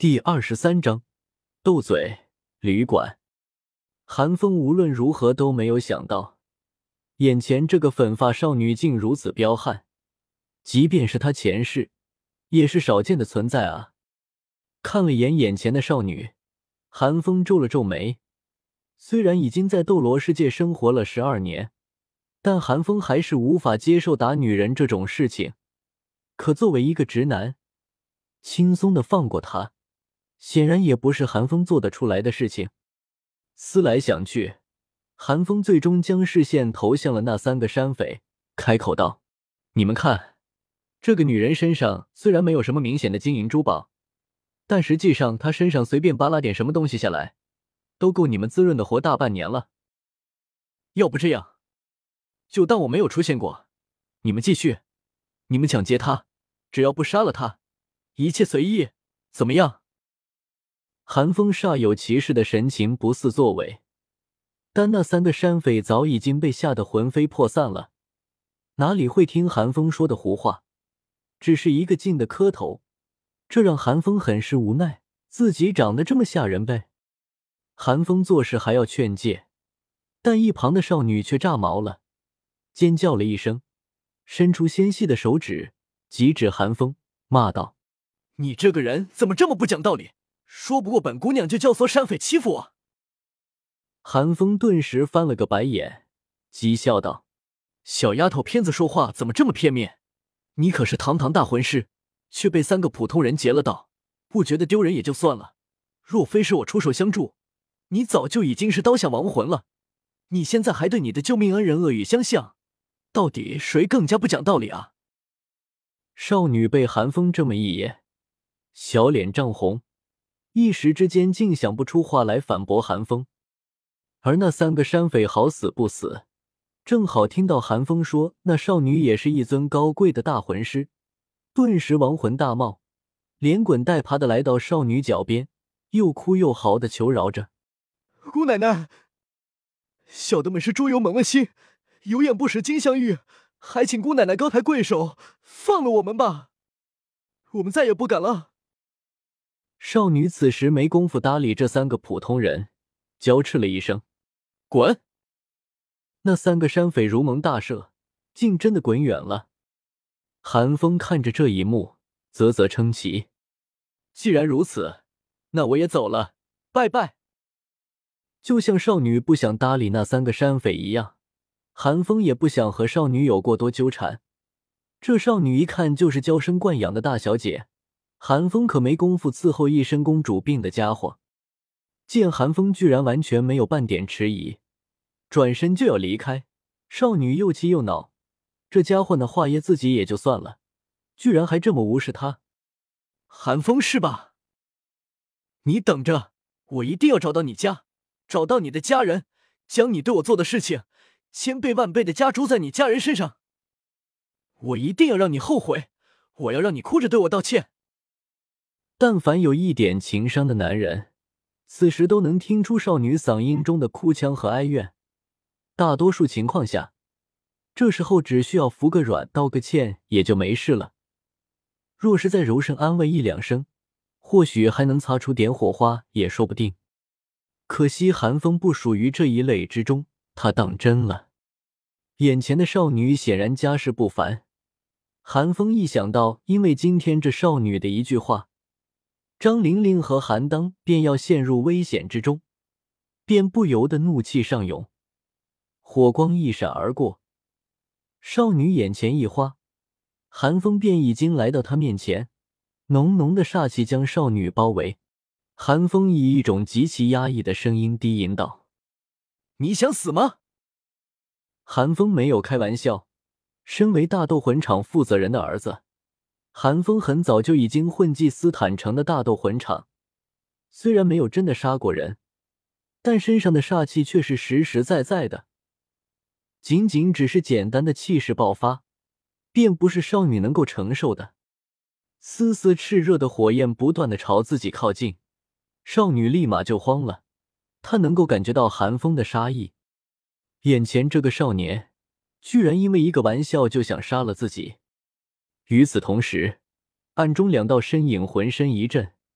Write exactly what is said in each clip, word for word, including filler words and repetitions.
第二十三章斗嘴旅馆。韩风无论如何都没有想到，眼前这个粉发少女竟如此彪悍，即便是他前世也是少见的存在啊。看了眼眼前的少女，韩风皱了皱眉。虽然已经在斗罗世界生活了十二年，但韩风还是无法接受打女人这种事情。可作为一个直男，轻松的放过她显然也不是韩风做得出来的事情。思来想去，韩风最终将视线投向了那三个山匪，开口道：你们看，这个女人身上虽然没有什么明显的金银珠宝，但实际上她身上随便扒拉点什么东西下来，都够你们滋润的活大半年了。要不这样，就当我没有出现过，你们继续，你们抢劫她，只要不杀了她，一切随意，怎么样？韩风煞有其事的神情不似作伪，但那三个山匪早已经被吓得魂飞魄散了，哪里会听韩风说的胡话，只是一个劲的磕头，这让韩风很是无奈，自己长得这么吓人呗。韩风做事还要劝诫，但一旁的少女却炸毛了，尖叫了一声，伸出纤细的手指急指韩风，骂道：你这个人怎么这么不讲道理，说不过本姑娘就教唆山匪欺负我。韩风顿时翻了个白眼，讥笑道：小丫头片子说话怎么这么片面，你可是堂堂大魂师，却被三个普通人劫了道，不觉得丢人也就算了，若非是我出手相助，你早就已经是刀下亡魂了，你现在还对你的救命恩人恶语相向，到底谁更加不讲道理啊？少女被韩风这么一言，小脸涨红，一时之间竟想不出话来反驳韩风。而那三个山匪好死不死，正好听到韩风说那少女也是一尊高贵的大魂师，顿时亡魂大冒，连滚带爬的来到少女脚边，又哭又嚎的求饶着：姑奶奶，小的们是猪油蒙了心，有眼不识金镶玉，还请姑奶奶高抬贵手，放了我们吧，我们再也不敢了。少女此时没工夫搭理这三个普通人，娇斥了一声：滚！那三个山匪如蒙大赦，竟真的滚远了。韩风看着这一幕，啧啧称奇。既然如此，那我也走了，拜拜。就像少女不想搭理那三个山匪一样，韩风也不想和少女有过多纠缠。这少女一看就是娇生惯养的大小姐，韩风可没工夫伺候一身公主病的家伙。见韩风居然完全没有半点迟疑，转身就要离开，少女又气又恼，这家伙呢话噎自己也就算了，居然还这么无视他。韩风是吧？你等着，我一定要找到你家，找到你的家人，将你对我做的事情千倍万倍的加诸在你家人身上，我一定要让你后悔，我要让你哭着对我道歉。但凡有一点情商的男人，此时都能听出少女嗓音中的哭腔和哀怨。大多数情况下，这时候只需要服个软道个歉也就没事了。若是再柔声安慰一两声，或许还能擦出点火花也说不定。可惜韩风不属于这一类之中，他当真了。眼前的少女显然家世不凡，韩风一想到因为今天这少女的一句话，张玲玲和韩当便要陷入危险之中，便不由得怒气上涌，火光一闪而过，少女眼前一花，韩风便已经来到她面前，浓浓的煞气将少女包围。韩风以一种极其压抑的声音低吟道：你想死吗？韩风没有开玩笑，身为大斗魂场负责人的儿子，韩风很早就已经混迹斯坦城的大斗魂场，虽然没有真的杀过人，但身上的煞气却是实实在在的。仅仅只是简单的气势爆发，便不是少女能够承受的。丝丝炽热的火焰不断地朝自己靠近，少女立马就慌了，她能够感觉到韩风的杀意。眼前这个少年，居然因为一个玩笑就想杀了自己。与此同时，暗中两道身影浑身一震，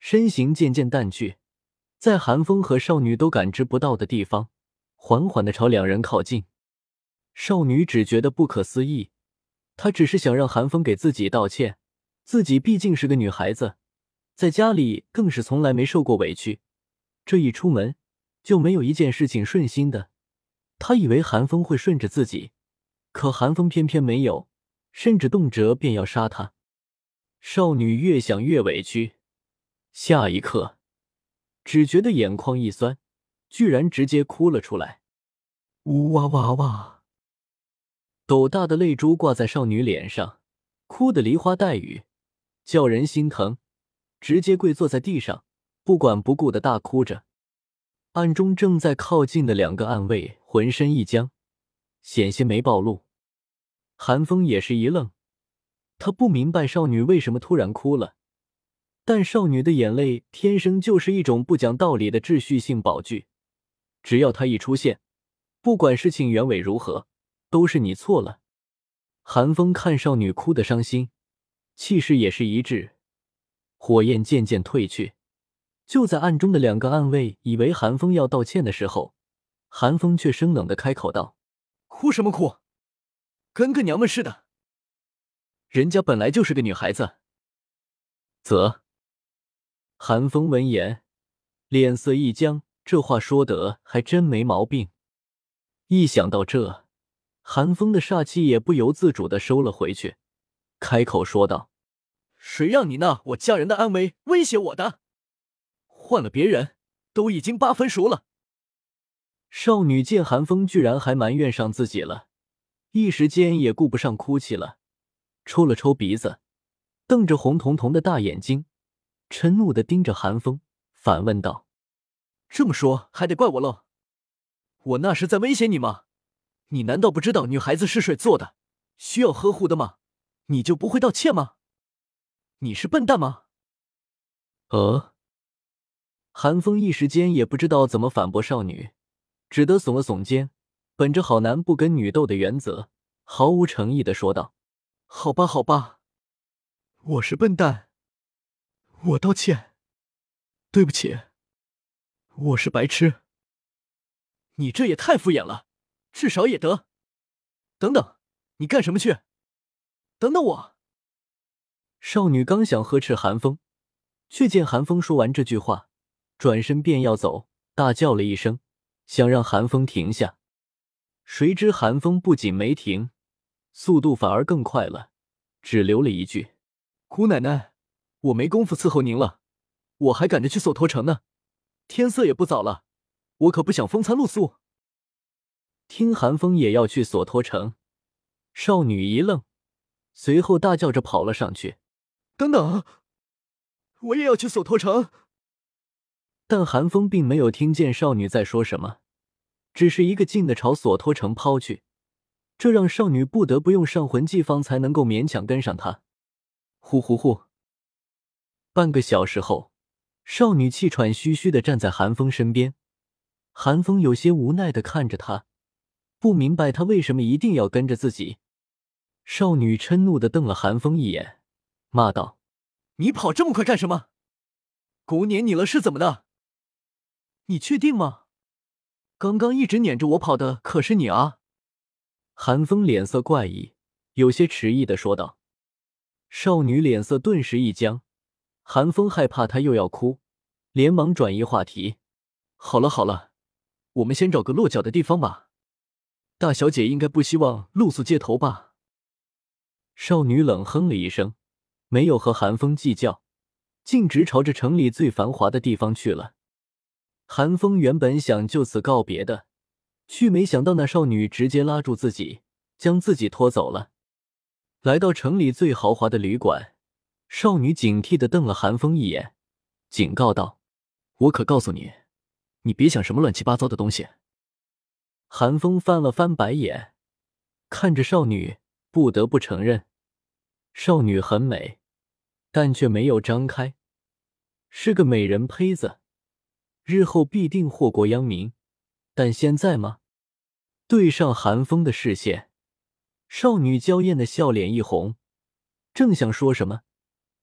身形渐渐淡去，在韩风和少女都感知不到的地方，缓缓地朝两人靠近。少女只觉得不可思议，她只是想让韩风给自己道歉，自己毕竟是个女孩子，在家里更是从来没受过委屈，这一出门就没有一件事情顺心的。她以为韩风会顺着自己，可韩风偏偏没有，甚至动辄便要杀她。少女越想越委屈，下一刻只觉得眼眶一酸，居然直接哭了出来。呜哇哇哇！斗大的泪珠挂在少女脸上，哭得梨花带雨，叫人心疼，直接跪坐在地上，不管不顾地大哭着。暗中正在靠近的两个暗卫浑身一僵，险些没暴露。韩风也是一愣，他不明白少女为什么突然哭了，但少女的眼泪天生就是一种不讲道理的秩序性宝具，只要她一出现，不管事情原委如何，都是你错了。韩风看少女哭得伤心，气势也是一致，火焰渐渐退去。就在暗中的两个暗卫以为韩风要道歉的时候，韩风却生冷地开口道：哭什么哭，跟个娘们似的，人家本来就是个女孩子。啧。韩风闻言脸色一僵，这话说得还真没毛病。一想到这，韩风的煞气也不由自主地收了回去，开口说道：谁让你那我家人的安危威胁我的？换了别人都已经八分熟了。少女见韩风居然还埋怨上自己了，一时间也顾不上哭泣了，抽了抽鼻子，瞪着红彤彤的大眼睛，嗔怒地盯着韩风，反问道：这么说还得怪我喽？我那是在威胁你吗？你难道不知道女孩子是水做的，需要呵护的吗？你就不会道歉吗？你是笨蛋吗？呃，韩风一时间也不知道怎么反驳少女，只得耸了耸肩，本着好男不跟女斗的原则，毫无诚意地说道：好吧好吧，我是笨蛋，我道歉，对不起，我是白痴。你这也太敷衍了，至少也得。等等，你干什么去？等等我！少女刚想呵斥韩风，却见韩风说完这句话，转身便要走，大叫了一声，想让韩风停下。谁知韩风不仅没停，速度反而更快了，只留了一句：姑奶奶，我没工夫伺候您了，我还赶着去索托城呢，天色也不早了，我可不想风餐露宿。听韩风也要去索托城，少女一愣，随后大叫着跑了上去：等等，我也要去索托城。但韩风并没有听见少女在说什么，只是一个劲地朝索托城抛去，这让少女不得不用上魂技方才能够勉强跟上他。呼呼呼！半个小时后，少女气喘吁吁地站在韩风身边，韩风有些无奈地看着她，不明白他为什么一定要跟着自己。少女嗔怒地瞪了韩风一眼，骂道：你跑这么快干什么？狗撵你了是怎么的？你确定吗？刚刚一直撵着我跑的可是你啊！韩风脸色怪异，有些迟疑地说道。少女脸色顿时一僵，韩风害怕她又要哭，连忙转移话题：好了好了，我们先找个落脚的地方吧。大小姐应该不希望露宿街头吧？少女冷哼了一声，没有和韩风计较，径直朝着城里最繁华的地方去了。韩风原本想就此告别的，却没想到那少女直接拉住自己，将自己拖走了。来到城里最豪华的旅馆，少女警惕地瞪了韩风一眼，警告道：我可告诉你，你别想什么乱七八糟的东西。韩风翻了翻白眼，看着少女，不得不承认，少女很美，但却没有张开，是个美人胚子，日后必定祸国殃民。但现在吗？对上韩风的视线，少女娇艳的笑脸一红，正想说什么，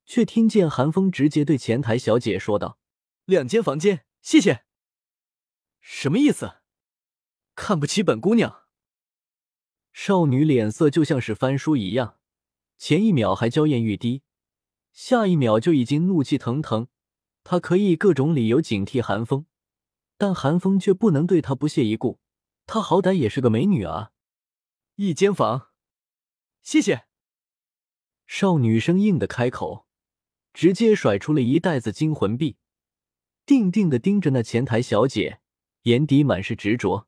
却听见韩风直接对前台小姐说道：“ 两间房间，谢谢。”什么意思？看不起本姑娘？ 少女脸色就像是翻书一样，前一秒还娇艳欲滴，下一秒就已经怒气腾腾。她可以各种理由警惕韩风，但韩风却不能对她不屑一顾，她好歹也是个美女啊。 一间房，谢谢。 少女生硬的开口，直接甩出了一袋子金魂币，定定的盯着那前台小姐，眼底满是执着。